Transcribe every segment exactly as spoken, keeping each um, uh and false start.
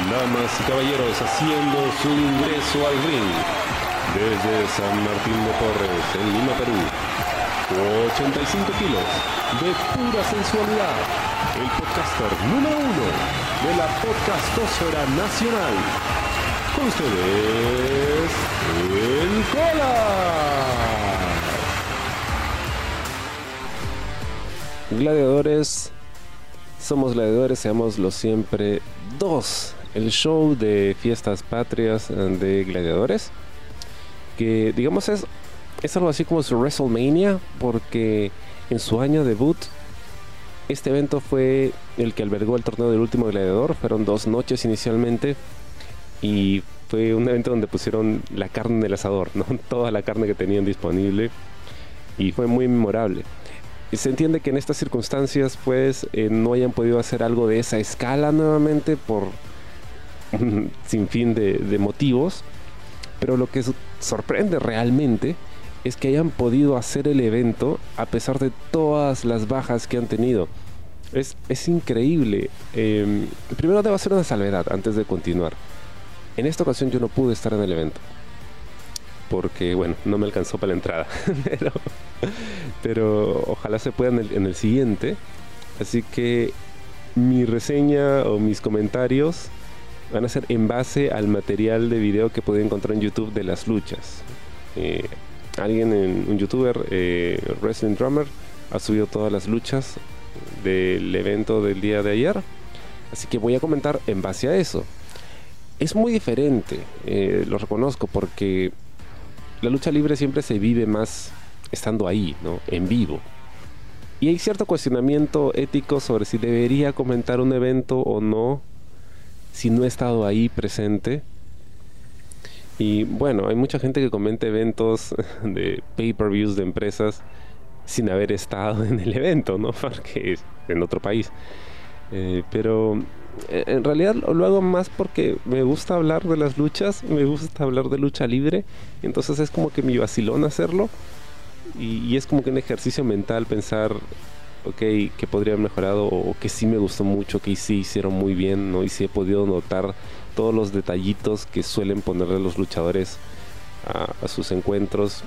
Damas y caballeros, haciendo su ingreso al ring desde San Martín de Porres, en Lima, Perú, ochenta y cinco kilos de pura sensualidad, el podcaster número uno de la podcastosfera nacional. Con ustedes, el Cola. Gladiadores, somos gladiadores, seámoslo siempre dos. El show de fiestas patrias de gladiadores, que digamos es, es algo así como su WrestleMania, porque en su año debut este evento fue el que albergó el torneo del último gladiador. Fueron dos noches inicialmente y fue un evento donde pusieron la carne en el asador, ¿no? Toda la carne que tenían disponible, y fue muy memorable. Y se entiende que en estas circunstancias pues eh, no hayan podido hacer algo de esa escala nuevamente por un sinfín de, de motivos, pero lo que sorprende realmente es que hayan podido hacer el evento a pesar de todas las bajas que han tenido. Es, es increíble. Eh, primero debo hacer una salvedad antes de continuar. En esta ocasión yo no pude estar en el evento porque, bueno, no me alcanzó para la entrada. pero, pero ojalá se pueda en el, en el siguiente. Así que mi reseña o mis comentarios van a ser en base al material de video que pueden encontrar en YouTube de las luchas. Eh, alguien, en, un youtuber, eh, Wrestling Drummer, ha subido todas las luchas del evento del día de ayer. Así que voy a comentar en base a eso. Es muy diferente, eh, lo reconozco, porque la lucha libre siempre se vive más estando ahí, ¿no? En vivo. Y hay cierto cuestionamiento ético sobre si debería comentar un evento o no si no he estado ahí presente. Y bueno, hay mucha gente que comenta eventos de pay-per-views de empresas sin haber estado en el evento, ¿no? Porque es en otro país. Eh, pero en realidad lo hago más porque me gusta hablar de las luchas, me gusta hablar de lucha libre. Entonces es como que mi vacilón hacerlo. Y, y es como que un ejercicio mental pensar, ok, que podría haber mejorado, o que sí me gustó mucho, que sí hicieron muy bien, ¿no? Y sí he podido notar todos los detallitos que suelen ponerle los luchadores a, a sus encuentros.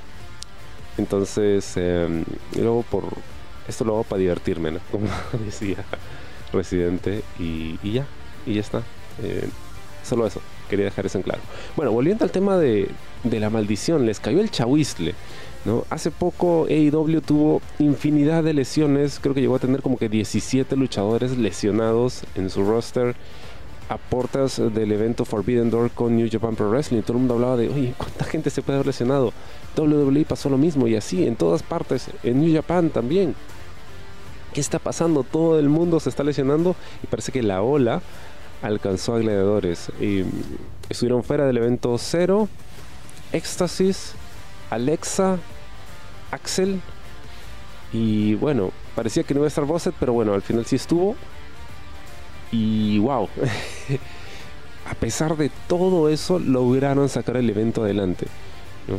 Entonces, eh, y luego por esto lo hago para divertirme, ¿no? Como decía Residente, y, y ya, y ya está. Eh, solo eso, quería dejar eso en claro. Bueno, volviendo al tema de, de la maldición, les cayó el chahuizle, ¿no? Hace poco A E W tuvo infinidad de lesiones. Creo que llegó a tener como que diecisiete luchadores lesionados en su roster a portas del evento Forbidden Door con New Japan Pro Wrestling. Todo el mundo hablaba de, oye, ¿cuánta gente se puede haber lesionado? W W E pasó lo mismo, y así en todas partes, en New Japan también. ¿Qué está pasando? Todo el mundo se está lesionando y parece que la ola alcanzó a gladiadores. Y estuvieron fuera del evento Zero, Éxtasis, Alexa, Axel, y bueno, parecía que no iba a estar Bosset, pero bueno, al final sí estuvo. Y wow, a pesar de todo eso lograron sacar el evento adelante, ¿no?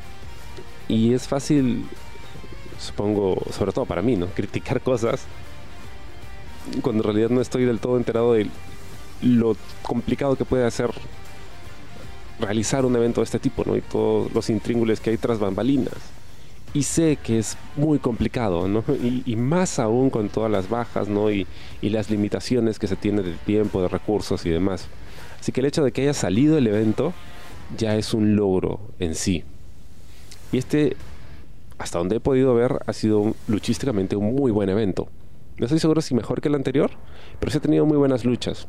Y es fácil, supongo, sobre todo para mí, ¿no?, criticar cosas cuando en realidad no estoy del todo enterado de lo complicado que puede ser realizar un evento de este tipo, ¿no? Y todos los intríngulis que hay tras bambalinas. Y sé que es muy complicado, ¿no? Y, y más aún con todas las bajas, ¿no? Y, y las limitaciones que se tienen de tiempo, de recursos y demás. Así que el hecho de que haya salido el evento ya es un logro en sí. Y este, hasta donde he podido ver, ha sido luchísticamente un muy buen evento. No estoy seguro si mejor que el anterior, pero sí ha tenido muy buenas luchas.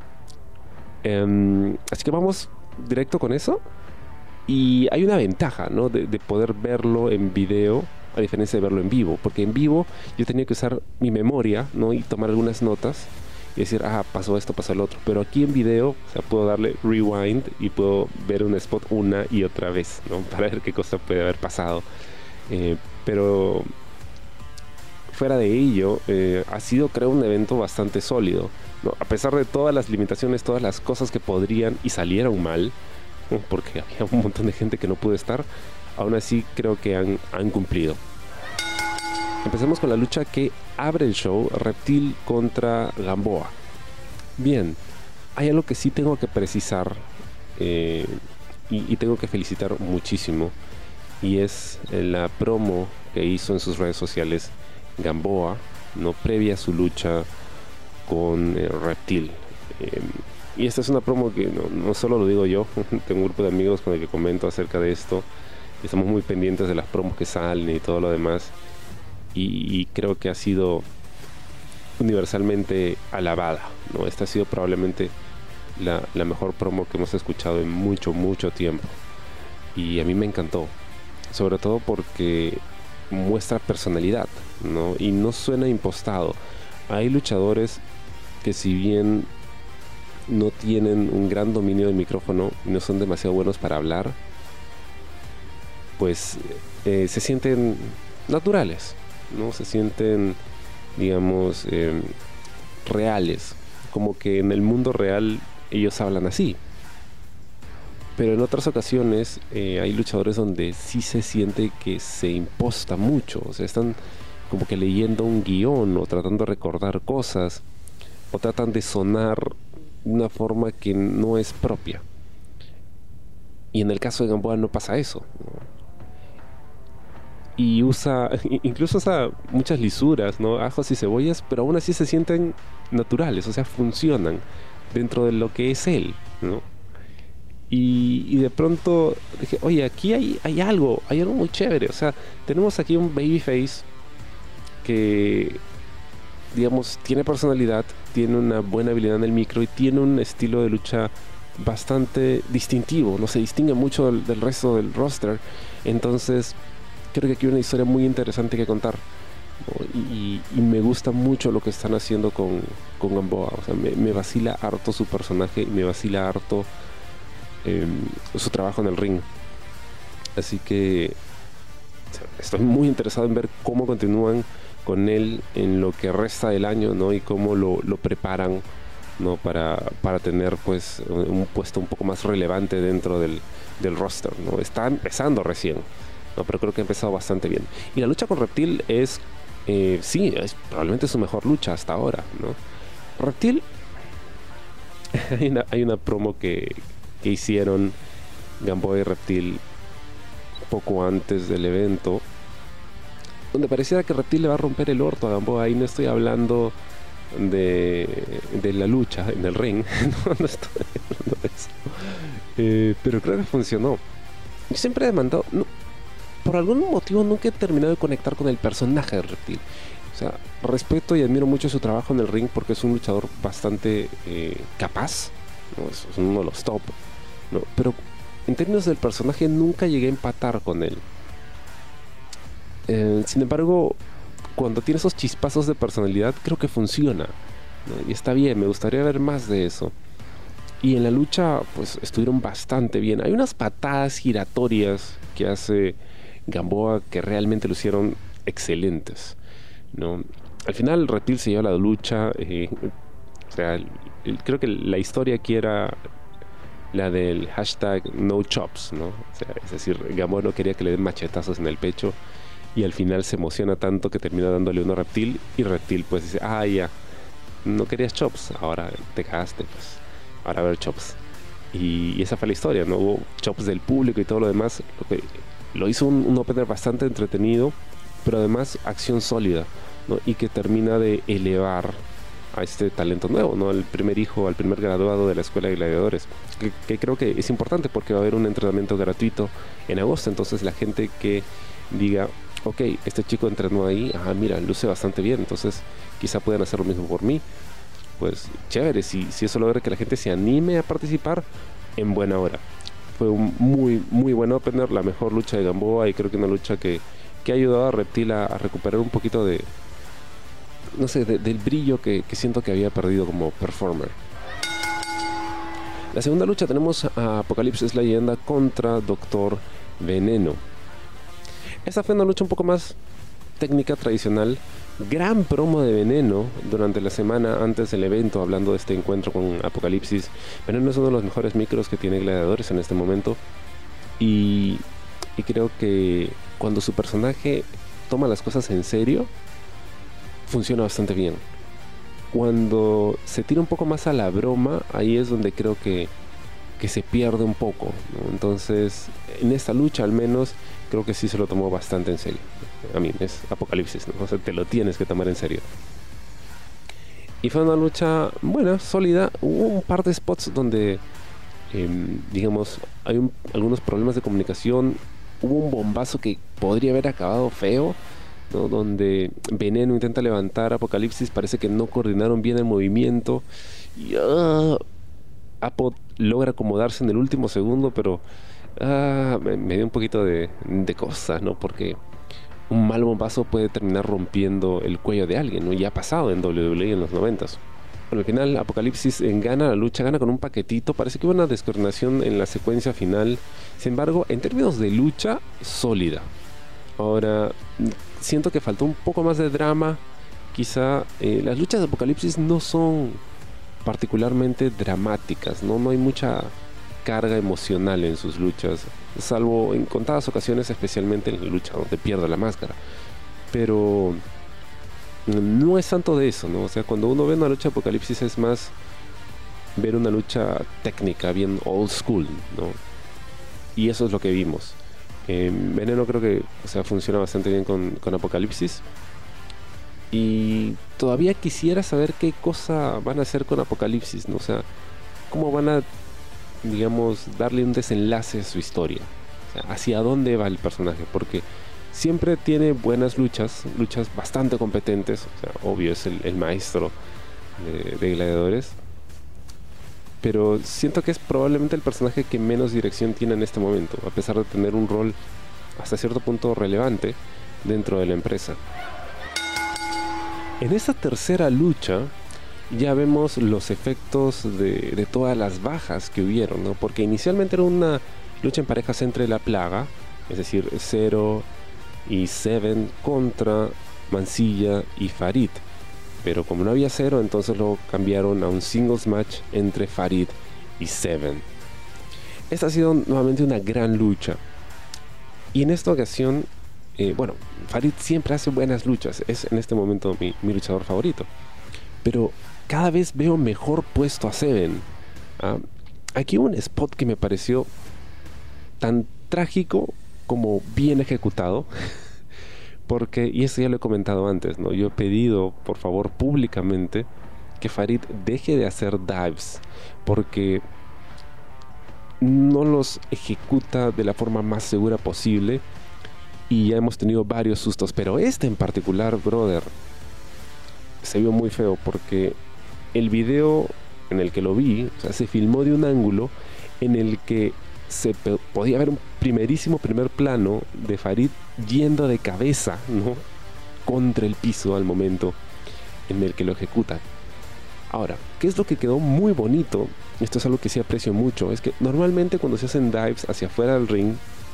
Um, así que vamos directo con eso. Y hay una ventaja, ¿no?, de, de poder verlo en video a diferencia de verlo en vivo, porque en vivo yo tenía que usar mi memoria, ¿no?, y tomar algunas notas y decir, ah, pasó esto, pasó el otro. Pero aquí en video, o sea, puedo darle rewind y puedo ver un spot una y otra vez, ¿no?, para ver qué cosa puede haber pasado. Eh, pero fuera de ello, eh, ha sido, creo, un evento bastante sólido, ¿no? A pesar de todas las limitaciones, todas las cosas que podrían y salieron mal, porque había un montón de gente que no pudo estar, aún así creo que han, han cumplido. Empecemos con la lucha que abre el show, Reptil contra Gamboa. Bien, hay algo que sí tengo que precisar eh, y, y tengo que felicitar muchísimo, y es la promo que hizo en sus redes sociales Gamboa, no previa a su lucha con eh, Reptil. Eh, y esta es una promo que no, no solo lo digo yo, tengo un grupo de amigos con el que comento acerca de esto. Estamos muy pendientes de las promos que salen y todo lo demás. Y, y creo que ha sido universalmente alabada, ¿no? Esta ha sido probablemente la, la mejor promo que hemos escuchado en mucho, mucho tiempo. Y a mí me encantó. Sobre todo porque muestra personalidad, ¿no? Y no suena impostado. Hay luchadores que, si bien no tienen un gran dominio del micrófono y no son demasiado buenos para hablar, pues eh, se sienten naturales, ¿no? Se sienten, digamos, eh, reales, como que en el mundo real ellos hablan así. Pero en otras ocasiones eh, hay luchadores donde sí se siente que se imposta mucho, o sea, están como que leyendo un guión o tratando de recordar cosas o tratan de sonar de una forma que no es propia. Y en el caso de Gamboa no pasa eso, ¿no? Y usa, incluso usa muchas lisuras, ¿no? Ajos y cebollas, pero aún así se sienten naturales, o sea, funcionan dentro de lo que es él, ¿no? Y, y de pronto dije, oye, aquí hay, hay algo, hay algo muy chévere. O sea, tenemos aquí un babyface que, digamos, tiene personalidad, tiene una buena habilidad en el micro y tiene un estilo de lucha bastante distintivo, no se distingue mucho del, del resto del roster. Entonces creo que aquí hay una historia muy interesante que contar, ¿no? y, y me gusta mucho lo que están haciendo con, con Gamboa. O sea, me, me vacila harto su personaje y me vacila harto eh, su trabajo en el ring. Así que o sea, estoy muy interesado en ver cómo continúan con él en lo que resta del año, ¿no? Y cómo lo, lo preparan, ¿no? Para, para tener pues un puesto un poco más relevante dentro del, del roster, ¿no? Está empezando recién, ¿no? Pero creo que ha empezado bastante bien. Y la lucha con Reptil es, eh, sí, es probablemente su mejor lucha hasta ahora, ¿no? Reptil, hay, una, hay una promo que, que hicieron Gamboa y Reptil poco antes del evento, donde pareciera que Reptil le va a romper el orto a Gamboa. Ahí no estoy hablando de, de la lucha en el ring, no, no estoy hablando de eso, eh, pero creo que funcionó. Yo siempre he demandado, no, por algún motivo nunca he terminado de conectar con el personaje de Reptil. O sea, respeto y admiro mucho su trabajo en el ring porque es un luchador bastante eh, capaz, ¿no? Es uno de los top, ¿no? Pero en términos del personaje nunca llegué a empatar con él. Eh, sin embargo, cuando tiene esos chispazos de personalidad, creo que funciona, ¿no? Y está bien, me gustaría ver más de eso. Y en la lucha, pues estuvieron bastante bien. Hay unas patadas giratorias que hace Gamboa que realmente lo hicieron excelentes, ¿no? Al final, Reptil se lleva la lucha. Eh, o sea, el, el, creo que la historia aquí era la del hashtag no chops, ¿no? O sea, es decir, Gamboa no quería que le den machetazos en el pecho. Y al final se emociona tanto que termina dándole uno a Reptil. Y Reptil pues dice, ah, ya, no querías chops, ahora te cagaste, pues ahora a ver chops. Y, y esa fue la historia, ¿no? Hubo chops del público y todo lo demás. Lo, que, lo hizo un, un opener bastante entretenido, pero además acción sólida, ¿no? Y que termina de elevar a este talento nuevo, ¿no? Al primer hijo, al primer graduado de la Escuela de Gladiadores, que, que creo que es importante porque va a haber un entrenamiento gratuito en agosto. Entonces la gente que diga, ok, este chico entrenó ahí, ah, mira, luce bastante bien, entonces quizá puedan hacer lo mismo por mí. Pues chévere, si, si eso logra que la gente se anime a participar, en buena hora. Fue un muy, muy buen opener, la mejor lucha de Gamboa, y creo que una lucha que, que ha ayudado a Reptil a, a recuperar un poquito de, no sé, de, del brillo que, que siento que había perdido como performer. La segunda lucha tenemos a Apocalipsis Leyenda contra Doctor Veneno. Esta fue una lucha un poco más técnica, tradicional. Gran promo de Veneno durante la semana antes del evento, hablando de este encuentro con Apocalipsis. Veneno es uno de los mejores micros que tiene Gladiadores en este momento. Y, y creo que cuando su personaje toma las cosas en serio, funciona bastante bien. cuando se tira un poco más a la broma, ahí es donde creo que, que se pierde un poco, ¿no? Entonces, en esta lucha al menos, creo que sí se lo tomó bastante en serio. A mí, es Apocalipsis, ¿no? O sea, te lo tienes que tomar en serio. Y fue una lucha buena, sólida. Hubo un par de spots donde, eh, digamos, hay un, algunos problemas de comunicación. Hubo un bombazo que podría haber acabado feo, ¿no? Donde Veneno intenta levantar a Apocalipsis, parece que no coordinaron bien el movimiento. Y uh, Apo logra acomodarse en el último segundo, pero uh, me, me dio un poquito de, de cosa, ¿no? Porque un mal bombazo puede terminar rompiendo el cuello de alguien, ¿no? Y ha pasado en doble u doble u E en los noventas. Bueno, al final Apocalipsis gana la lucha, gana con un paquetito. Parece que hubo una descoordinación en la secuencia final. Sin embargo, en términos de lucha, sólida. Ahora, siento que faltó un poco más de drama. Quizá eh, las luchas de Apocalipsis no son particularmente dramáticas, ¿no? No hay mucha carga emocional en sus luchas, salvo en contadas ocasiones, especialmente en la lucha donde pierde la máscara. Pero no es tanto de eso, ¿no? O sea, cuando uno ve una lucha de Apocalipsis es más ver una lucha técnica, bien old school, ¿no? Y eso es lo que vimos. Eh, Veneno creo que, o sea, funciona bastante bien con, con Apocalipsis. Y todavía quisiera saber qué cosa van a hacer con Apocalipsis, ¿no? O sea, cómo van a, digamos, darle un desenlace a su historia. O sea, hacia dónde va el personaje, porque siempre tiene buenas luchas, luchas bastante competentes. O sea, obvio, es el, el maestro de, de gladiadores. Pero siento que es probablemente el personaje que menos dirección tiene en este momento, a pesar de tener un rol hasta cierto punto relevante dentro de la empresa. En esta tercera lucha ya vemos los efectos de, de todas las bajas que hubieron, ¿no? Porque inicialmente era una lucha en parejas entre La Plaga, es decir, Zero y Seven contra Mansilla y Farid. Pero como no había Zero, entonces lo cambiaron a un singles match entre Farid y Seven. Esta ha sido nuevamente una gran lucha. Y en esta ocasión, eh, bueno, Farid siempre hace buenas luchas. Es en este momento mi, mi luchador favorito. Pero cada vez veo mejor puesto a Seven. ¿Ah? Aquí hubo un spot que me pareció tan trágico como bien ejecutado. Porque, y esto ya lo he comentado antes, ¿no? Yo he pedido, por favor, públicamente, que Farid deje de hacer dives, porque no los ejecuta de la forma más segura posible, y ya hemos tenido varios sustos, pero este en particular, brother, se vio muy feo, porque el video en el que lo vi, o sea, se filmó de un ángulo en el que se podía ver un primerísimo primer plano de Farid yendo de cabeza, ¿no?, contra el piso al momento en el que lo ejecuta. Ahora, ¿qué es lo que quedó muy bonito? Esto es algo que sí aprecio mucho. Es que normalmente cuando se hacen dives hacia afuera del ring,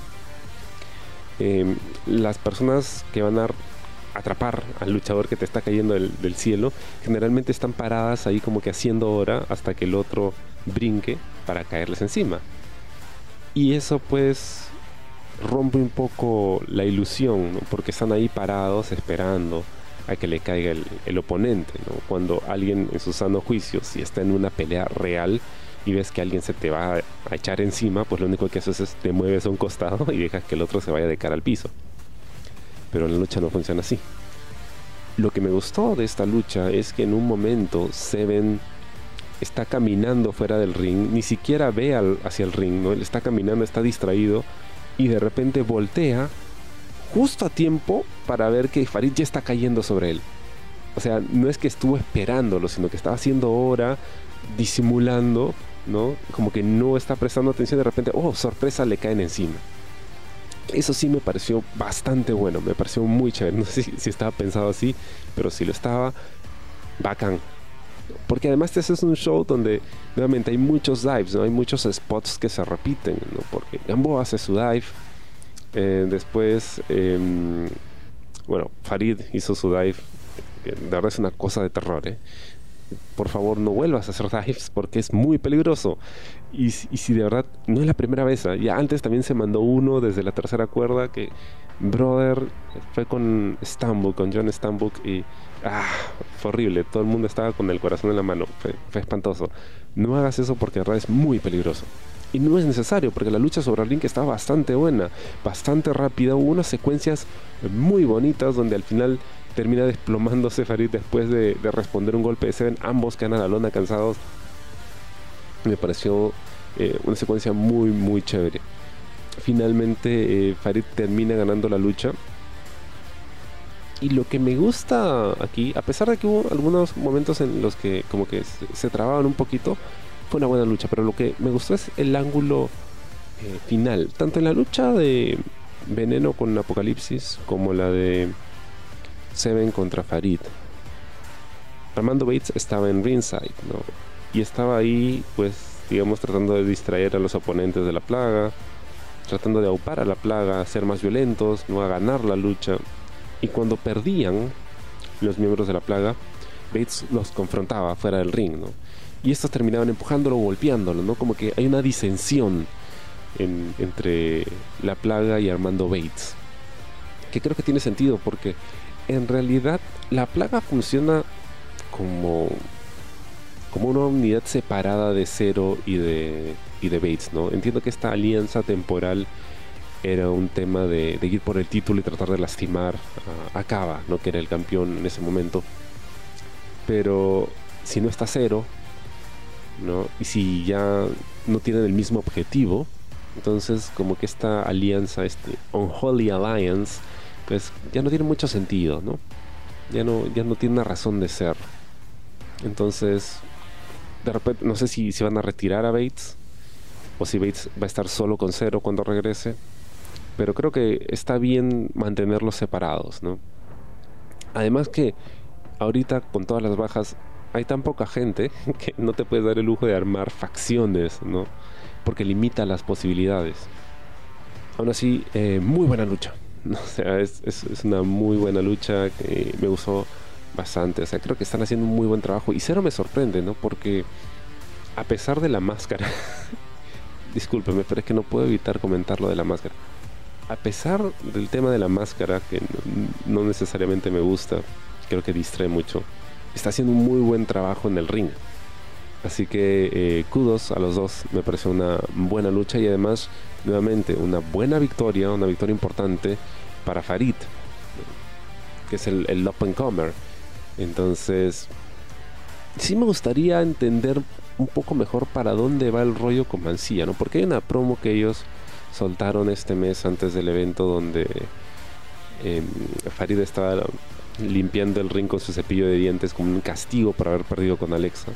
eh, las personas que van a atrapar al luchador que te está cayendo del, del cielo, generalmente están paradas ahí como que haciendo hora hasta que el otro brinque para caerles encima. Y eso pues rompe un poco la ilusión, ¿no? Porque están ahí parados esperando a que le caiga el, el oponente, ¿no? Cuando alguien en su sano juicio, si está en una pelea real y ves que alguien se te va a echar encima, pues lo único que haces es te mueves a un costado y dejas que el otro se vaya de cara al piso. Pero la lucha no funciona así. Lo que me gustó de esta lucha es que en un momento Seven está caminando fuera del ring, ni siquiera ve al, hacia el ring, ¿no? Él está caminando, está distraído y de repente voltea justo a tiempo para ver que Farid ya está cayendo sobre él. O sea, no es que estuvo esperándolo, sino que estaba haciendo hora, disimulando, ¿no? Como que no está prestando atención, de repente, oh, sorpresa, le caen encima. Eso sí me pareció bastante bueno, me pareció muy chévere. No sé si, si estaba pensado así, pero si lo estaba, bacán. Porque además este es un show donde nuevamente hay muchos dives, ¿no? Hay muchos spots que se repiten, ¿no? Porque Gamboa hace su dive, eh, después, eh, bueno, Farid hizo su dive. De verdad es una cosa de terror, ¿eh? Por favor, no vuelvas a hacer dives porque es muy peligroso. Y, y si de verdad no es la primera vez, ¿eh? Ya antes también se mandó uno desde la tercera cuerda que, brother, fue con Stambuk, con John Stambuk, y Ah, fue horrible. Todo el mundo estaba con el corazón en la mano. Fue, fue espantoso. No hagas eso porque de verdad es muy peligroso. Y no es necesario porque la lucha sobre el ring estaba bastante buena, bastante rápida. Hubo unas secuencias muy bonitas donde al final termina desplomándose Farid después de, de responder un golpe de Seven. Ambos caen a la lona cansados. Me pareció eh, una secuencia muy, muy chévere. Finalmente eh, Farid termina ganando la lucha. Y lo que me gusta aquí, a pesar de que hubo algunos momentos en los que como que se, se trababan un poquito, fue una buena lucha. Pero lo que me gustó es el ángulo eh, final. Tanto en la lucha de Veneno con Apocalipsis como la de Seven contra Farid. Armando Bates estaba en ringside, ¿no? Y estaba ahí, pues, digamos, tratando de distraer a los oponentes de la plaga, tratando de aupar a la plaga, a ser más violentos, no a ganar la lucha. Y cuando perdían los miembros de la plaga, Bates los confrontaba fuera del ring, ¿no? Y estos terminaban empujándolo o golpeándolo, ¿no? Como que hay una disensión en, entre la plaga y Armando Bates, que creo que tiene sentido porque en realidad la plaga funciona como, como una unidad separada de Zero y de, y de Bates, ¿no? Entiendo que esta alianza temporal era un tema de, de ir por el título y tratar de lastimar a, a Kaba, ¿no? Que era el campeón en ese momento. Pero si no está Zero, ¿no? Y si ya no tienen el mismo objetivo, entonces como que esta alianza, este Unholy Alliance, pues ya no tiene mucho sentido, ¿no? Ya no, ya no tiene una razón de ser. Entonces, de repente, no sé si, si van a retirar a Bates o si Bates va a estar solo con Zero cuando regrese. Pero creo que está bien mantenerlos separados, ¿no? Además que ahorita con todas las bajas hay tan poca gente que no te puedes dar el lujo de armar facciones, ¿no? Porque limita las posibilidades. Aún así, eh, muy buena lucha, ¿no? O sea, es, es, es una muy buena lucha que me gustó bastante. O sea, creo que están haciendo un muy buen trabajo. Y Zero me sorprende, ¿no? Porque a pesar de la máscara... Discúlpeme, pero es que no puedo evitar comentar lo de la máscara. A pesar del tema de la máscara, que no, no necesariamente me gusta, creo que distrae mucho, está haciendo un muy buen trabajo en el ring. Así que eh, kudos a los dos, me pareció una buena lucha y además, nuevamente, una buena victoria, una victoria importante para Farid, que es el, el up and comer. Entonces, sí me gustaría entender un poco mejor para dónde va el rollo con Mancilla, ¿no? Porque hay una promo que ellos soltaron este mes antes del evento donde eh, Farid estaba limpiando el ring con su cepillo de dientes como un castigo por haber perdido con Alexa,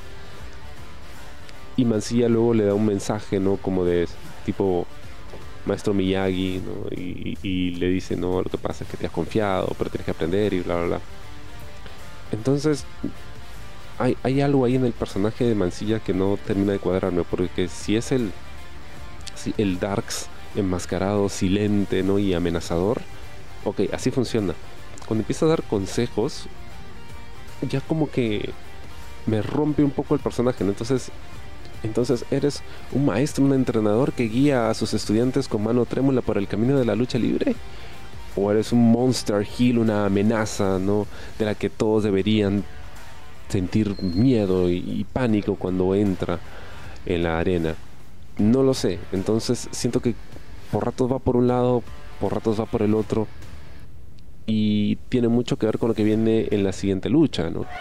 y Mancilla luego le da un mensaje, ¿no? Como de tipo Maestro Miyagi, ¿no? y, y le dice, no, lo que pasa es que te has confiado, pero tienes que aprender y bla bla bla. Entonces hay, hay algo ahí en el personaje de Mancilla que no termina de cuadrarme, porque si es el si el Darks enmascarado, silente, ¿no? y amenazador, ok, así funciona. Cuando empieza a dar consejos, ya como que me rompe un poco el personaje, ¿no? Entonces, entonces eres un maestro, un entrenador que guía a sus estudiantes con mano trémula por el camino de la lucha libre, o eres un monster heel, una amenaza, ¿no? de la que todos deberían sentir miedo y, y pánico cuando entra en la arena. No lo sé. Entonces siento que por ratos va por un lado, por ratos va por el otro, y tiene mucho que ver con lo que viene en la siguiente lucha, ¿no?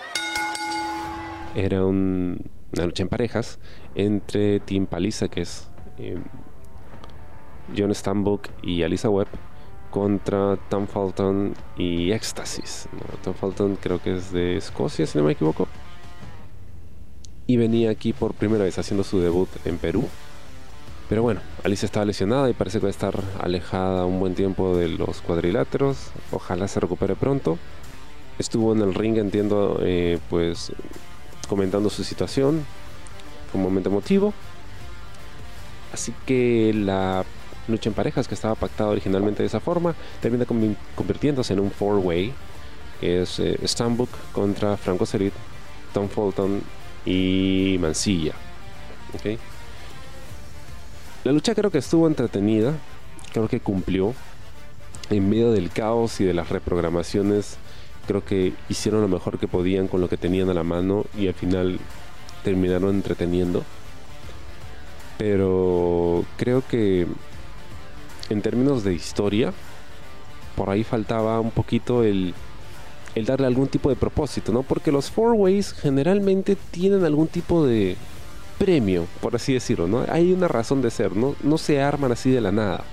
Era un, una lucha en parejas entre Team Paliza, que es eh, John Stambuk y Alisa Webb, contra Tom Fulton y Éxtasis, ¿no? Tom Fulton creo que es de Escocia, si no me equivoco, y venía aquí por primera vez haciendo su debut en Perú. Pero bueno, Alicia estaba lesionada y parece que va a estar alejada un buen tiempo de los cuadriláteros. Ojalá se recupere pronto. Estuvo en el ring, entiendo, eh, pues comentando su situación. Fue un momento emotivo. Así que la lucha en parejas, que estaba pactada originalmente de esa forma, termina convirtiéndose en un four-way, que es eh, Stambuk contra Franco Cerit, Tom Fulton y Mancilla. ¿Okay? La lucha creo que estuvo entretenida, creo que cumplió en medio del caos y de las reprogramaciones Creo que hicieron lo mejor que podían con lo que tenían a la mano y al final terminaron entreteniendo. Pero creo que en términos de historia, por ahí faltaba un poquito el, el darle algún tipo de propósito, ¿no? Porque los Four Ways generalmente tienen algún tipo de premio, por así decirlo, ¿no? Hay una razón de ser, ¿no? No se arman así de la nada.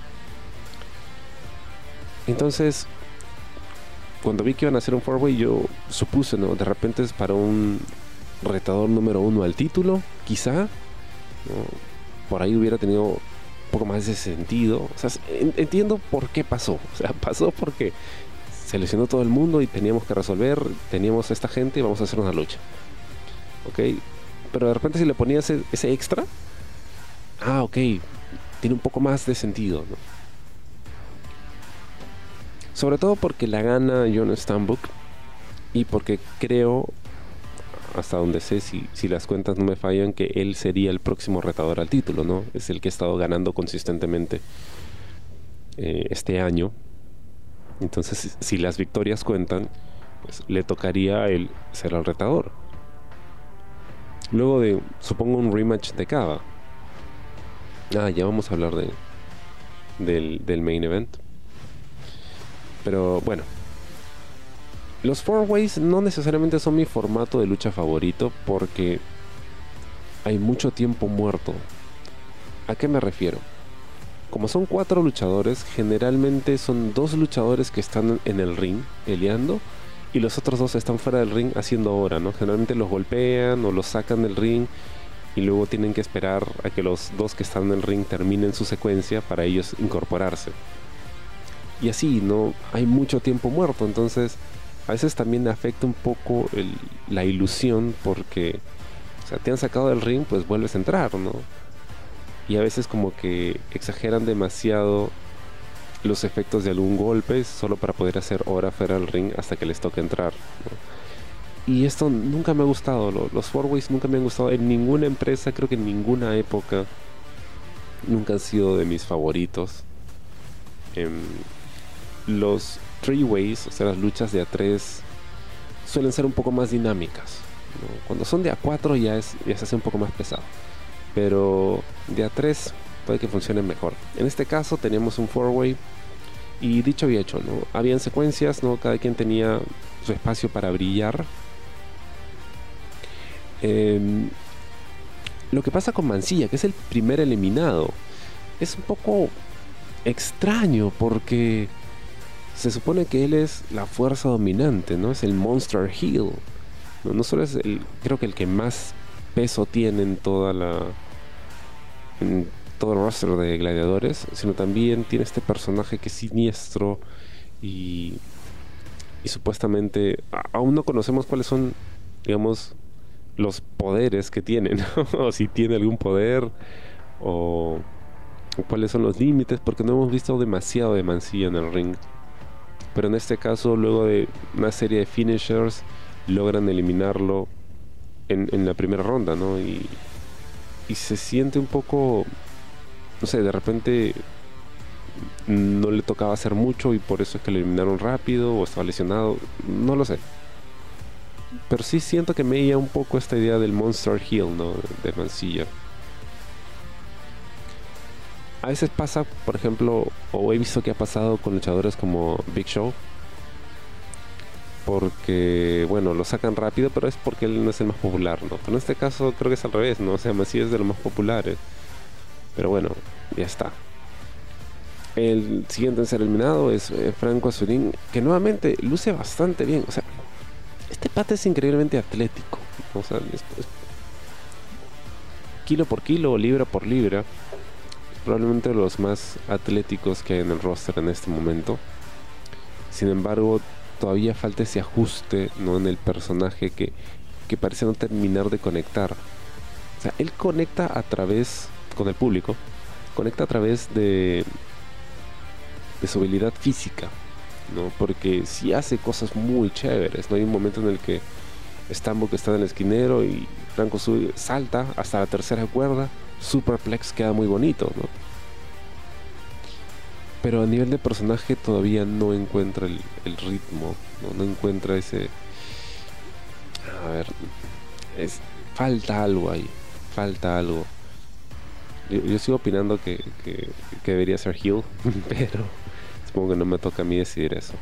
Entonces, cuando vi que iban a hacer un Four Way, yo supuse, ¿no? De repente es para un retador número uno al título, quizá, ¿no? Por ahí hubiera tenido un poco más de sentido. O sea, entiendo por qué pasó. O sea, pasó porque se lesionó todo el mundo y teníamos que resolver, teníamos a esta gente y vamos a hacer una lucha. ¿Ok? Pero de repente si le ponías ese, ese extra, ah, ok, tiene un poco más de sentido, ¿no? Sobre todo porque la gana John Stambuk y porque creo, hasta donde sé, si, si las cuentas no me fallan, que él sería el próximo retador al título, ¿no? Es el que ha estado ganando consistentemente eh, este año. Entonces, si, si las victorias cuentan, pues le tocaría a él ser el retador. Luego de, supongo, un rematch de Kaba. Ah, ya vamos a hablar de del, del main event. Pero bueno, los Four Ways no necesariamente son mi formato de lucha favorito porque hay mucho tiempo muerto. ¿A qué me refiero? Como son cuatro luchadores, generalmente son dos luchadores que están en el ring peleando y los otros dos están fuera del ring haciendo hora, ¿no? Generalmente los golpean o los sacan del ring y luego tienen que esperar a que los dos que están en el ring terminen su secuencia para ellos incorporarse. Y así, ¿no? Hay mucho tiempo muerto, entonces a veces también afecta un poco el, la ilusión porque, o sea, te han sacado del ring, pues vuelves a entrar, ¿no? Y a veces como que exageran demasiado los efectos de algún golpe solo para poder hacer hora fuera del ring hasta que les toque entrar, ¿no? Y esto nunca me ha gustado, lo, los Four Ways nunca me han gustado en ninguna empresa, creo que en ninguna época nunca han sido de mis favoritos. Eh, los Three Ways, o sea, las luchas de a tres suelen ser un poco más dinámicas, ¿no? Cuando son de a cuatro ya, es, ya se hace un poco más pesado, pero de a tres puede que funcione mejor. En este caso teníamos un four way y dicho y hecho, ¿no? Habían secuencias, ¿no? Cada quien tenía su espacio para brillar. Eh, lo que pasa con Mancilla, que es el primer eliminado, es un poco extraño porque se supone que él es la fuerza dominante, ¿no? Es el Monster Heel. No, no solo es el, creo que el que más peso tiene en toda la, en todo el roster de gladiadores, sino también tiene este personaje que es siniestro y, y supuestamente aún no conocemos cuáles son, digamos, los poderes que tiene, ¿no? O si tiene algún poder o, o cuáles son los límites, porque no hemos visto demasiado de Mancilla en el ring. Pero en este caso, luego de una serie de finishers, logran eliminarlo en, en la primera ronda, ¿no? Y, y se siente un poco, no sé, de repente no le tocaba hacer mucho y por eso es que lo eliminaron rápido o estaba lesionado, no lo sé. Pero sí siento que me iba un poco esta idea del Monster Heel, ¿no? De Mancilla. A veces pasa, por ejemplo, o he visto que ha pasado con luchadores como Big Show, porque, bueno, lo sacan rápido, pero es porque él no es el más popular, ¿no? Pero en este caso creo que es al revés, ¿no? O sea, Mancilla es de los más populares. Pero bueno, ya está. El siguiente en ser eliminado es eh, Franco Azurín, que nuevamente luce bastante bien. O sea, este pata es increíblemente atlético, ¿no? O sea, es, es, kilo por kilo, libra por libra, probablemente los más atléticos que hay en el roster en este momento. Sin embargo, todavía falta ese ajuste, ¿no? En el personaje que, que parece no terminar de conectar. O sea, él conecta a través, con el público, conecta a través de, de su habilidad física, ¿no? Porque sí hace cosas muy chéveres, ¿no? Hay un momento en el que Stambuk está en el esquinero y Franco sube, salta hasta la tercera cuerda, superplex, queda muy bonito, ¿no? pero a nivel de personaje todavía no encuentra el, el ritmo, ¿no? No encuentra ese... A ver, es, falta algo ahí, falta algo. Yo, yo sigo opinando que, que, que debería ser heel, pero supongo que no me toca a mí decidir eso.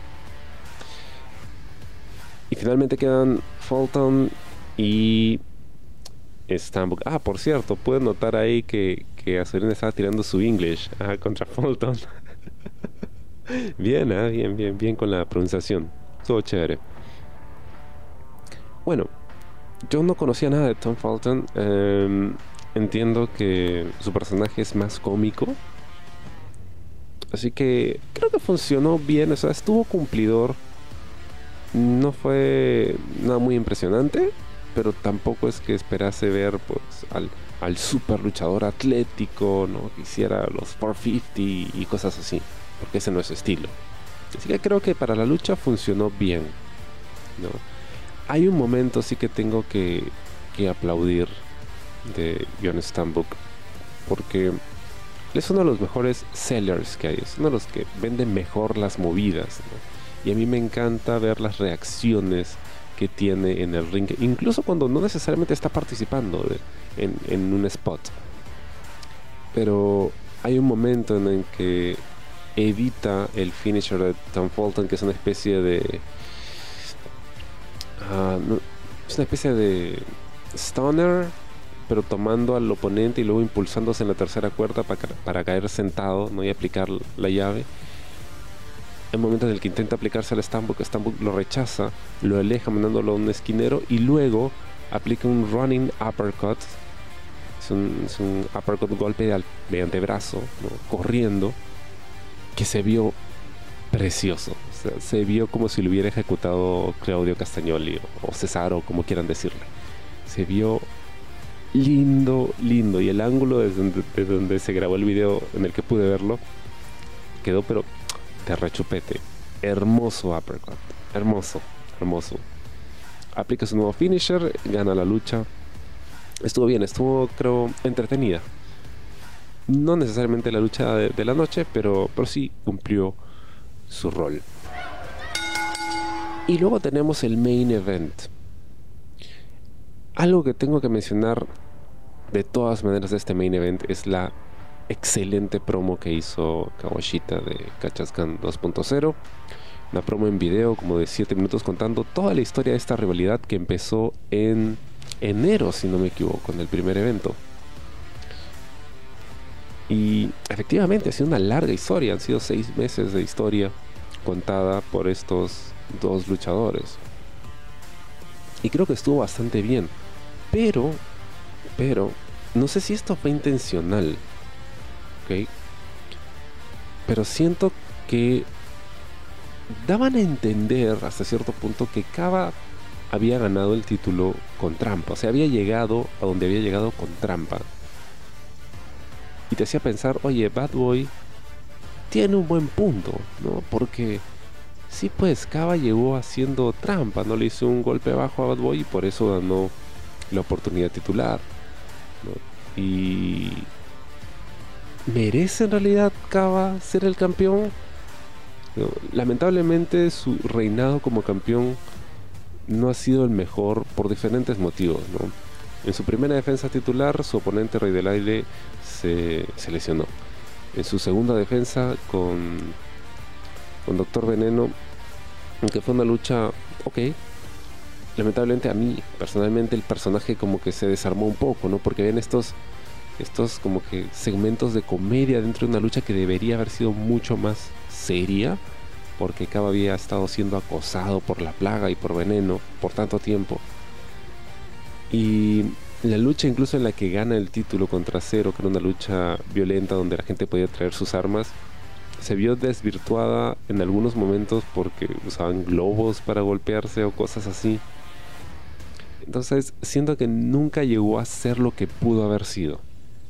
Y finalmente quedan Fulton y Stambuk. Ah, por cierto, pueden notar ahí que, que Azorín estaba tirando su English ah, contra Fulton. Bien, ah, bien, bien, bien con la pronunciación. Todo chévere. Bueno, yo no conocía nada de Tom Fulton. Eh, entiendo que su personaje es más cómico. Así que creo que funcionó bien. O sea, estuvo cumplidor. No fue nada muy impresionante, pero tampoco es que esperase ver pues al, al super luchador atlético, ¿no? Que hiciera los cuatrocientos cincuenta y cosas así, porque ese no es su estilo. Así que creo que para la lucha funcionó bien, ¿no? Hay un momento sí que tengo que, que aplaudir de John Stambuk, porque es uno de los mejores sellers que hay, es uno de los que venden mejor las movidas, ¿no? Y a mí me encanta ver las reacciones que tiene en el ring, incluso cuando no necesariamente está participando de, en, en un spot. Pero hay un momento en el que evita el finisher de Tom Fulton, que es una especie de... Uh, no, es una especie de stunner, pero tomando al oponente y luego impulsándose en la tercera cuerda para, para caer sentado, ¿no? Y aplicar la llave. El momento en el que intenta aplicarse al Stambuk, Stambuk lo rechaza, lo aleja mandándolo a un esquinero y luego aplica un running uppercut. Es un, es un uppercut, golpe de, de antebrazo, ¿no? Corriendo, que se vio precioso. O sea, se vio como si lo hubiera ejecutado Claudio Castagnoli o, o Cesaro, como quieran decirle. Se vio lindo, lindo. Y el ángulo desde donde, desde donde se grabó el video en el que pude verlo quedó pero de rechupete. Hermoso uppercut. Hermoso, hermoso. Aplica su nuevo finisher, gana la lucha. Estuvo bien, estuvo, creo, entretenida. No necesariamente la lucha de, de la noche, pero, pero sí cumplió su rol. Y luego tenemos el main event. Algo que tengo que mencionar de todas maneras de este main event es la excelente promo que hizo Kawashita de Kachaskan dos punto cero. Una promo en video como de siete minutos contando toda la historia de esta rivalidad que empezó en enero, si no me equivoco, en el primer evento. Y efectivamente ha sido una larga historia, han sido seis meses de historia contada por estos dos luchadores. Y creo que estuvo bastante bien. Pero, pero, no sé si esto fue intencional. ¿Ok? Pero siento que daban a entender hasta cierto punto que Kaba había ganado el título con trampa. O sea, había llegado a donde había llegado con trampa. Y te hacía pensar, oye, Bad Boy tiene un buen punto, ¿no? Porque sí, pues Kaba llegó haciendo trampa, no le hizo un golpe bajo a Bad Boy y por eso ganó la oportunidad titular, ¿no? Y ¿merece en realidad Kaba ser el campeón? ¿No? Lamentablemente su reinado como campeón no ha sido el mejor por diferentes motivos, ¿no? En su primera defensa titular, su oponente Rey del Aire se, se lesionó. En su segunda defensa con, con Doctor Veneno, aunque fue una lucha ok, lamentablemente a mí personalmente el personaje como que se desarmó un poco, ¿no? Porque ven estos estos como que segmentos de comedia dentro de una lucha que debería haber sido mucho más seria, porque Kaba había estado siendo acosado por la plaga y por Veneno por tanto tiempo. Y la lucha incluso en la que gana el título contra Zero, que era una lucha violenta donde la gente podía traer sus armas, se vio desvirtuada en algunos momentos porque usaban globos para golpearse o cosas así. Entonces siento que nunca llegó a ser lo que pudo haber sido.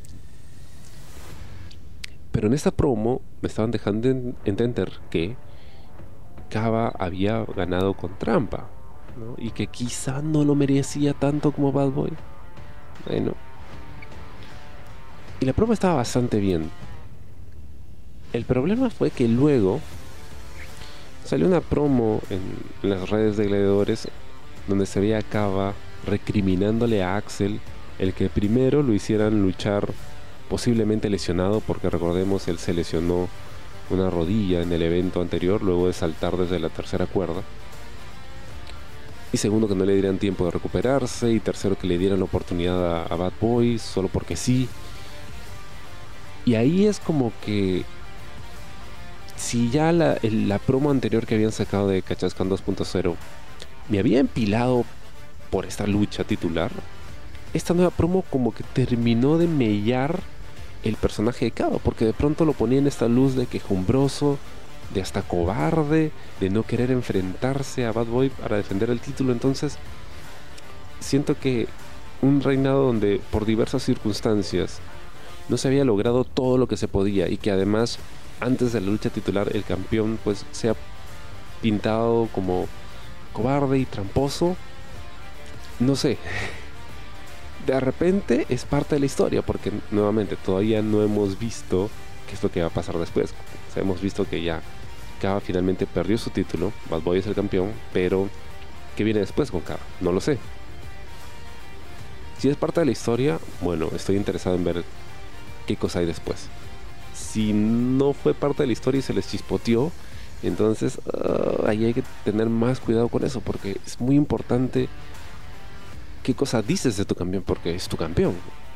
Pero en esta promo me estaban dejando entender que Kaba había ganado con trampa, ¿no? Y que quizá no lo merecía tanto como Bad Boy. Bueno. Y la promo estaba bastante bien. El problema fue que luego salió una promo en, en las redes de Gladiadores donde se veía a Kaba recriminándole a Axel el que primero lo hicieran luchar posiblemente lesionado, porque recordemos él se lesionó una rodilla en el evento anterior luego de saltar desde la tercera cuerda, y segundo que no le dieran tiempo de recuperarse, y tercero que le dieran la oportunidad a, a Bad Boy solo porque sí. Y ahí es como que si ya la, el, la promo anterior que habían sacado de Cachascan dos punto cero me había empilado por esta lucha titular, esta nueva promo como que terminó de mellar el personaje de Kaba, porque de pronto lo ponía en esta luz de quejumbroso, de hasta cobarde, de no querer enfrentarse a Bad Boy para defender el título. Entonces siento que un reinado donde por diversas circunstancias no se había logrado todo lo que se podía, y que además antes de la lucha titular el campeón pues se ha pintado como cobarde y tramposo, no sé, de repente es parte de la historia, porque nuevamente todavía no hemos visto qué es lo que va a pasar después. O sea, hemos visto que ya Kaba finalmente perdió su título, Bad Boy es el campeón, pero ¿qué viene después con Kaba? No lo sé. Si es parte de la historia, bueno, estoy interesado en ver qué cosa hay después. Si no fue parte de la historia y se les chispoteó, entonces uh, ahí hay que tener más cuidado con eso, porque es muy importante qué cosa dices de tu campeón, porque es tu campeón.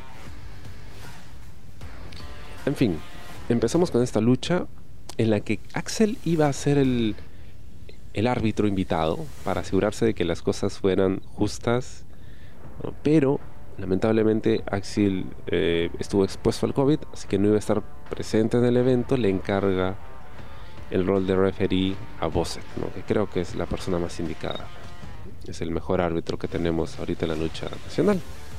En fin, empezamos con esta lucha en la que Axel iba a ser el, el árbitro invitado para asegurarse de que las cosas fueran justas, pero lamentablemente Axel eh, estuvo expuesto al COVID, así que no iba a estar presente en el evento. Le encarga el rol de referee a Bosset, ¿no? Que creo que es la persona más indicada. Es el mejor árbitro que tenemos ahorita en la lucha nacional.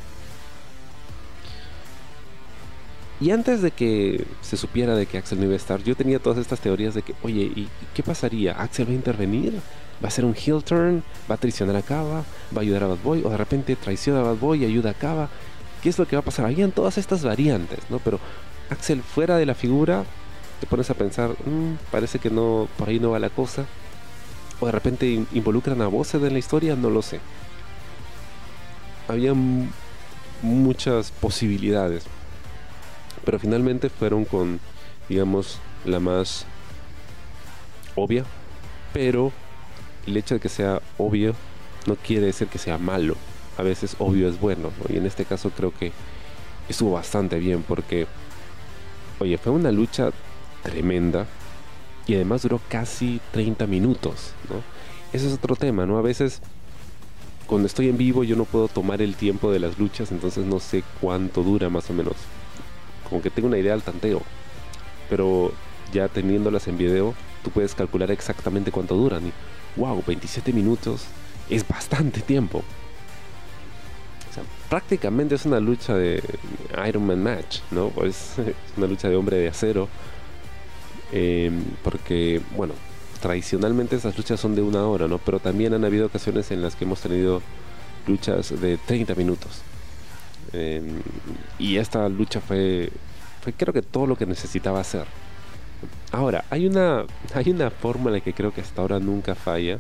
Y antes de que se supiera de que Axel no iba a estar, yo tenía todas estas teorías de que, oye, ¿y qué pasaría? ¿Axel va a intervenir? ¿Va a ser un heel turn? ¿Va a traicionar a Kaba? ¿Va a ayudar a Bad Boy? ¿O de repente traiciona a Bad Boy y ayuda a Kaba? ¿Qué es lo que va a pasar? Habían todas estas variantes, ¿no? Pero Axel fuera de la figura, te pones a pensar, mmm, parece que no, por ahí no va la cosa. O de repente involucran a voces en la historia, no lo sé. Había muchas posibilidades, pero finalmente fueron con, digamos, la más obvia. Pero el hecho de que sea obvio no quiere decir que sea malo. A veces obvio es bueno, ¿no? Y en este caso creo que estuvo bastante bien, porque, oye, fue una lucha tremenda. Y además duró casi treinta minutos, ¿no? Ese es otro tema, ¿no? A veces, cuando estoy en vivo, yo no puedo tomar el tiempo de las luchas, entonces no sé cuánto dura más o menos. Como que tengo una idea al tanteo. Pero ya teniéndolas en video, tú puedes calcular exactamente cuánto duran. Y, wow, veintisiete minutos es bastante tiempo. O sea, prácticamente es una lucha de Iron Man Match, ¿no? Pues es una lucha de hombre de acero. Eh, porque, bueno, tradicionalmente esas luchas son de una hora, ¿no? Pero también han habido ocasiones en las que hemos tenido luchas de treinta minutos. Eh, y esta lucha fue, fue creo que todo lo que necesitaba hacer. Ahora, hay una, hay una fórmula que creo que hasta ahora nunca falla.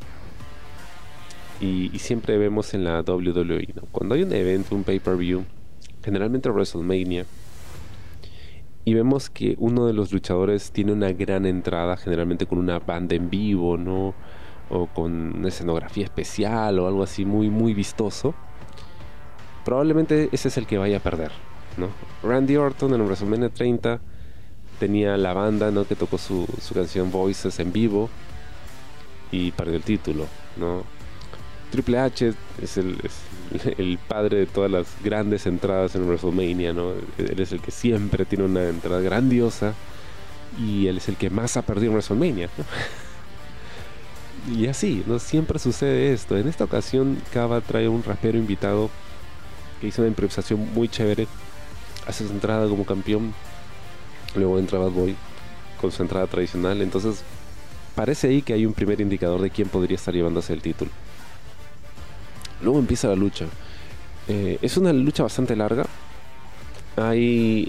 Y, y siempre vemos en la doble u doble u E, ¿no? Cuando hay un evento, un pay-per-view, generalmente WrestleMania, y vemos que uno de los luchadores tiene una gran entrada, generalmente con una banda en vivo, ¿no? O con una escenografía especial o algo así muy, muy vistoso. Probablemente ese es el que vaya a perder, ¿no? Randy Orton en WrestleMania treinta tenía la banda, ¿no? Que tocó su, su canción Voices en vivo y perdió el título, ¿no? Triple H es el, es el padre de todas las grandes entradas en WrestleMania, ¿no? Él es el que siempre tiene una entrada grandiosa y él es el que más ha perdido en WrestleMania, ¿no? Y así, ¿no? Siempre sucede esto. En esta ocasión Kaba trae un rapero invitado que hizo una improvisación muy chévere, hace su entrada como campeón, luego entra Bad Boy con su entrada tradicional. Entonces parece ahí que hay un primer indicador de quién podría estar llevándose el título. Luego empieza la lucha. Eh, es una lucha bastante larga. Hay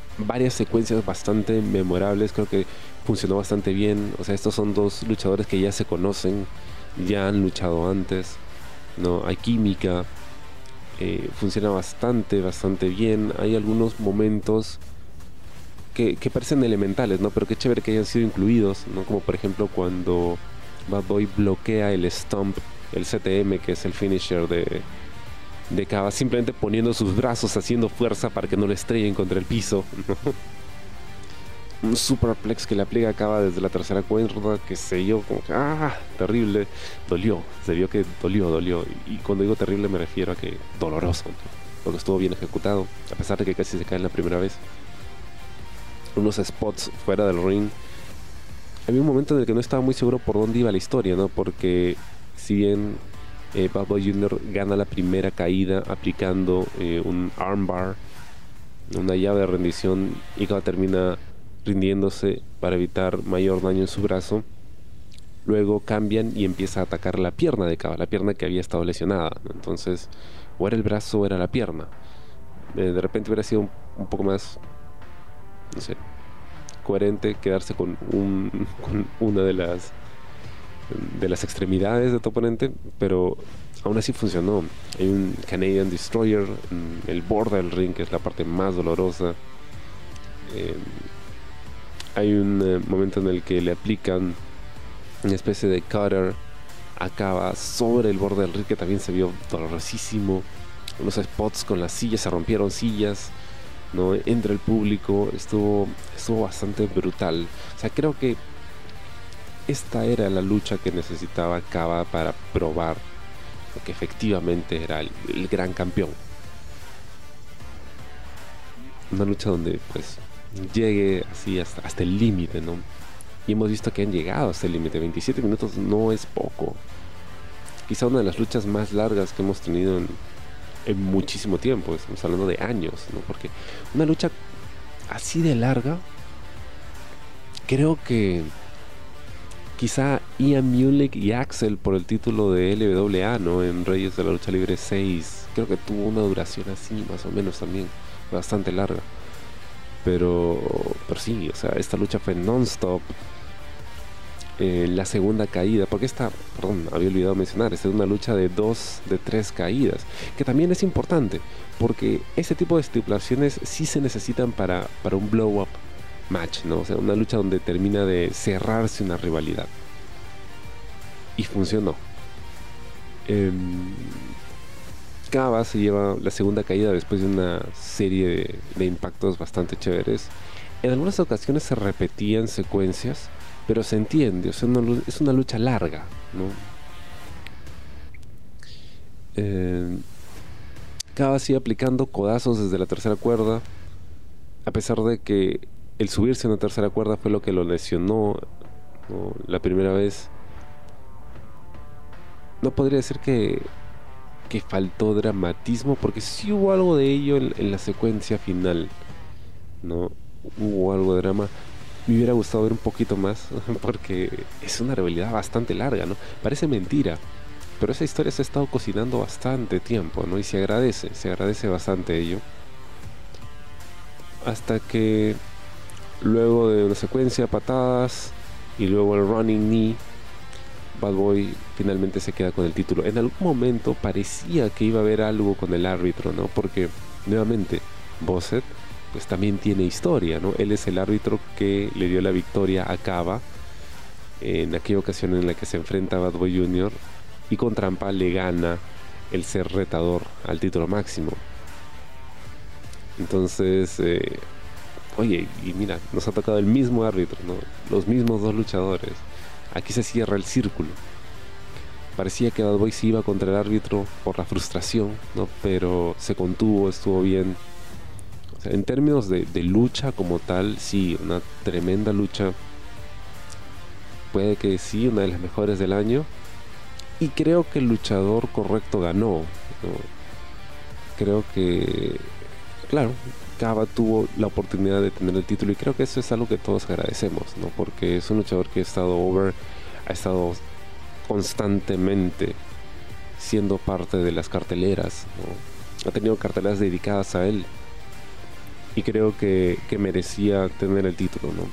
varias secuencias bastante memorables. Creo que funcionó bastante bien. O sea, estos son dos luchadores que ya se conocen, ya han luchado antes, ¿no? Hay química, eh, funciona bastante, bastante bien. Hay algunos momentos que, que parecen elementales, ¿no? Pero qué chévere que hayan sido incluidos, ¿no? Como por ejemplo cuando Bad Boy bloquea el Stomp, el C T M, que es el finisher de, de Kaba, simplemente poniendo sus brazos, haciendo fuerza para que no le estrellen contra el piso, ¿no? Un superplex que le aplica a Kaba desde la tercera cuerda, que se yo como que, ¡ah! Terrible. Dolió, se vio que dolió, dolió. Y cuando digo terrible me refiero a que doloroso, ¿no? Porque estuvo bien ejecutado, a pesar de que casi se cae en la primera vez. Unos spots fuera del ring. Había un momento en el que no estaba muy seguro por dónde iba la historia, ¿no? Porque si bien eh, Bad Boy junior gana la primera caída aplicando eh, un armbar, una llave de rendición, y Kaba termina rindiéndose para evitar mayor daño en su brazo. Luego cambian y empieza a atacar la pierna de Kaba, la pierna que había estado lesionada, ¿no? Entonces, o era el brazo o era la pierna. Eh, de repente hubiera sido un, un poco más, no sé, coherente quedarse con, un, con una de las de las extremidades de tu oponente, pero aún así funcionó. Hay un Canadian Destroyer en el borde del ring, que es la parte más dolorosa. Eh, hay un eh, momento en el que le aplican una especie de cutter a Kaba sobre el borde del ring, que también se vio dolorosísimo. Unos spots con las sillas, se rompieron sillas, ¿no? Entre el público, estuvo, estuvo bastante brutal. O sea, creo que esta era la lucha que necesitaba Kaba para probar que efectivamente era el, el gran campeón. Una lucha donde pues llegue así hasta, hasta el límite, ¿no? Y hemos visto que han llegado hasta el límite. veintisiete minutos no es poco. Quizá una de las luchas más largas que hemos tenido en, en muchísimo tiempo. Estamos hablando de años, ¿no? Porque una lucha así de larga, creo que quizá Ian Mulick y Axel por el título de L W A, ¿no? En Reyes de la Lucha Libre seis, creo que tuvo una duración así, más o menos también, bastante larga. Pero, pero sí, o sea, esta lucha fue non-stop. Eh, la segunda caída, porque esta, perdón, había olvidado mencionar, esta es una lucha de dos, de tres caídas, que también es importante, porque ese tipo de estipulaciones sí se necesitan para, para un blow-up match, ¿no? O sea, una lucha donde termina de cerrarse una rivalidad. Y funcionó. Eh, Kaba se lleva la segunda caída después de una serie de, de impactos bastante chéveres. En algunas ocasiones se repetían secuencias, pero se entiende, o sea, una, es una lucha larga, ¿no? Eh, Kaba sigue aplicando codazos desde la tercera cuerda, a pesar de que el subirse a una tercera cuerda fue lo que lo lesionó, ¿no? La primera vez. No podría decir que, que faltó dramatismo, porque sí hubo algo de ello en, en la secuencia final, ¿no? Hubo algo de drama. Me hubiera gustado ver un poquito más, porque es una rivalidad bastante larga, ¿no? Parece mentira, pero esa historia se ha estado cocinando bastante tiempo, ¿no? Y se agradece, se agradece bastante ello. Hasta que luego de una secuencia de patadas y luego el running knee, Bad Boy finalmente se queda con el título. En algún momento parecía que iba a haber algo con el árbitro, ¿no? Porque nuevamente Bossett pues también tiene historia, ¿no? Él es el árbitro que le dio la victoria a Kaba en aquella ocasión en la que se enfrenta a Bad Boy junior y con trampa le gana el ser retador al título máximo. Entonces, eh, oye, y mira, nos ha tocado el mismo árbitro, ¿no? Los mismos dos luchadores. Aquí se cierra el círculo. Parecía que Bad Boy se iba contra el árbitro por la frustración, ¿no? Pero se contuvo, estuvo bien. O sea, en términos de, de lucha como tal, sí, una tremenda lucha. Puede que sí, una de las mejores del año. Y creo que el luchador correcto ganó, ¿no? Creo que, claro, Kaba tuvo la oportunidad de tener el título y creo que eso es algo que todos agradecemos, ¿no? Porque es un luchador que ha estado over, ha estado constantemente siendo parte de las carteleras, ¿no? Ha tenido carteleras dedicadas a él. y creo que, que merecía tener el título, ¿no?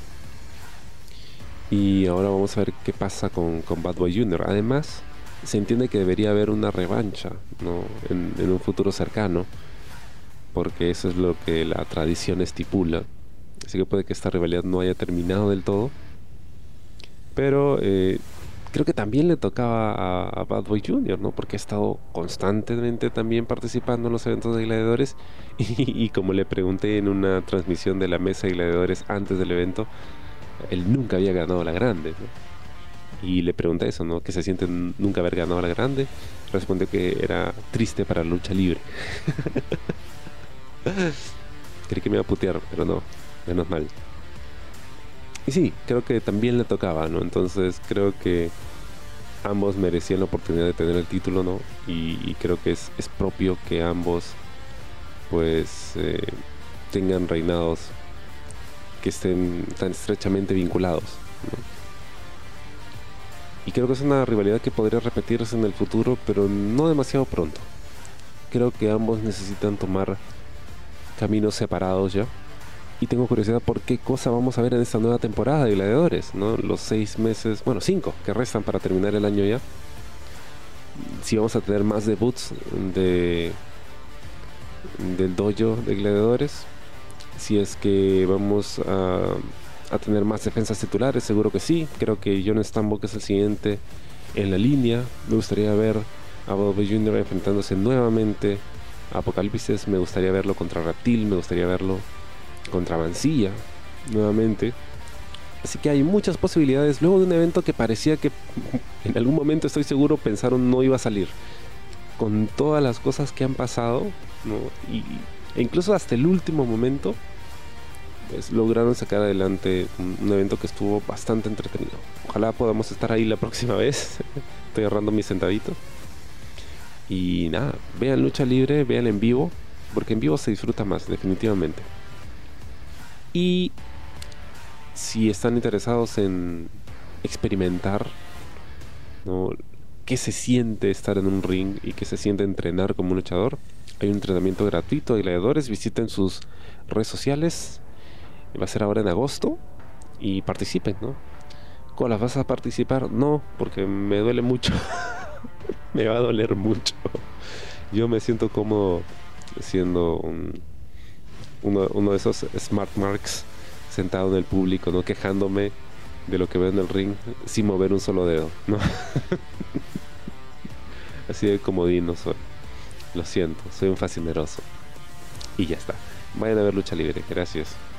Y ahora vamos a ver qué pasa con, con Bad Boy junior Además, se entiende que debería haber una revancha, ¿no? en, en un futuro cercano, porque eso es lo que la tradición estipula. Así que puede que esta rivalidad no haya terminado del todo, pero eh, creo que también le tocaba a, a Bad Boy junior, ¿no? Porque ha estado constantemente también participando en los eventos de gladiadores y, y como le pregunté en una transmisión de la mesa de gladiadores antes del evento, él nunca había ganado la grande, ¿no? Y le pregunté eso, ¿no? ¿Qué se siente nunca haber ganado la grande? Respondió que era triste para la lucha libre. Creí que me iba a putear, pero no, menos mal. Y sí, creo que también le tocaba, ¿no? Entonces creo que ambos merecían la oportunidad de tener el título, ¿no? Y, y creo que es, es propio que ambos, pues, eh, tengan reinados que estén tan estrechamente vinculados, ¿no? Y creo que es una rivalidad que podría repetirse en el futuro, pero no demasiado pronto. Creo que ambos necesitan tomar caminos separados ya. Y tengo curiosidad por qué cosa vamos a ver en esta nueva temporada de Gladiadores, ¿no? Los seis meses, bueno, cinco que restan para terminar el año ya. Si vamos a tener más debuts de del dojo de Gladiadores. Si es que vamos a, a tener más defensas titulares, seguro que sí. Creo que John Stambok es el siguiente en la línea. Me gustaría ver a Bad Boy junior enfrentándose nuevamente a Apocalipsis. Me gustaría verlo contra Reptil. Me gustaría verlo contra Mancilla nuevamente. Así que hay muchas posibilidades. Luego de un evento que parecía que en algún momento, estoy seguro, pensaron no iba a salir. Con todas las cosas que han pasado, ¿no? Y, e incluso hasta el último momento, pues lograron sacar adelante un, un evento que estuvo bastante entretenido. Ojalá podamos estar ahí la próxima vez. Estoy ahorrando mis centavitos. Y nada, vean lucha libre, vean en vivo, porque en vivo se disfruta más, definitivamente. Y si están interesados en experimentar, ¿no?, qué se siente estar en un ring y qué se siente entrenar como un luchador, hay un entrenamiento gratuito de gladiadores. Visiten sus redes sociales. Va a ser ahora en agosto y participen, ¿no? ¿Cómo las vas a participar? No, porque me duele mucho. Me va a doler mucho. Yo me siento como siendo un, uno, uno de esos smart marks sentado en el público, ¿no? Quejándome de lo que veo en el ring sin mover un solo dedo, ¿no? Así de comodino soy. Lo siento, soy un fascineroso. Y ya está. Vayan a ver lucha libre. Gracias.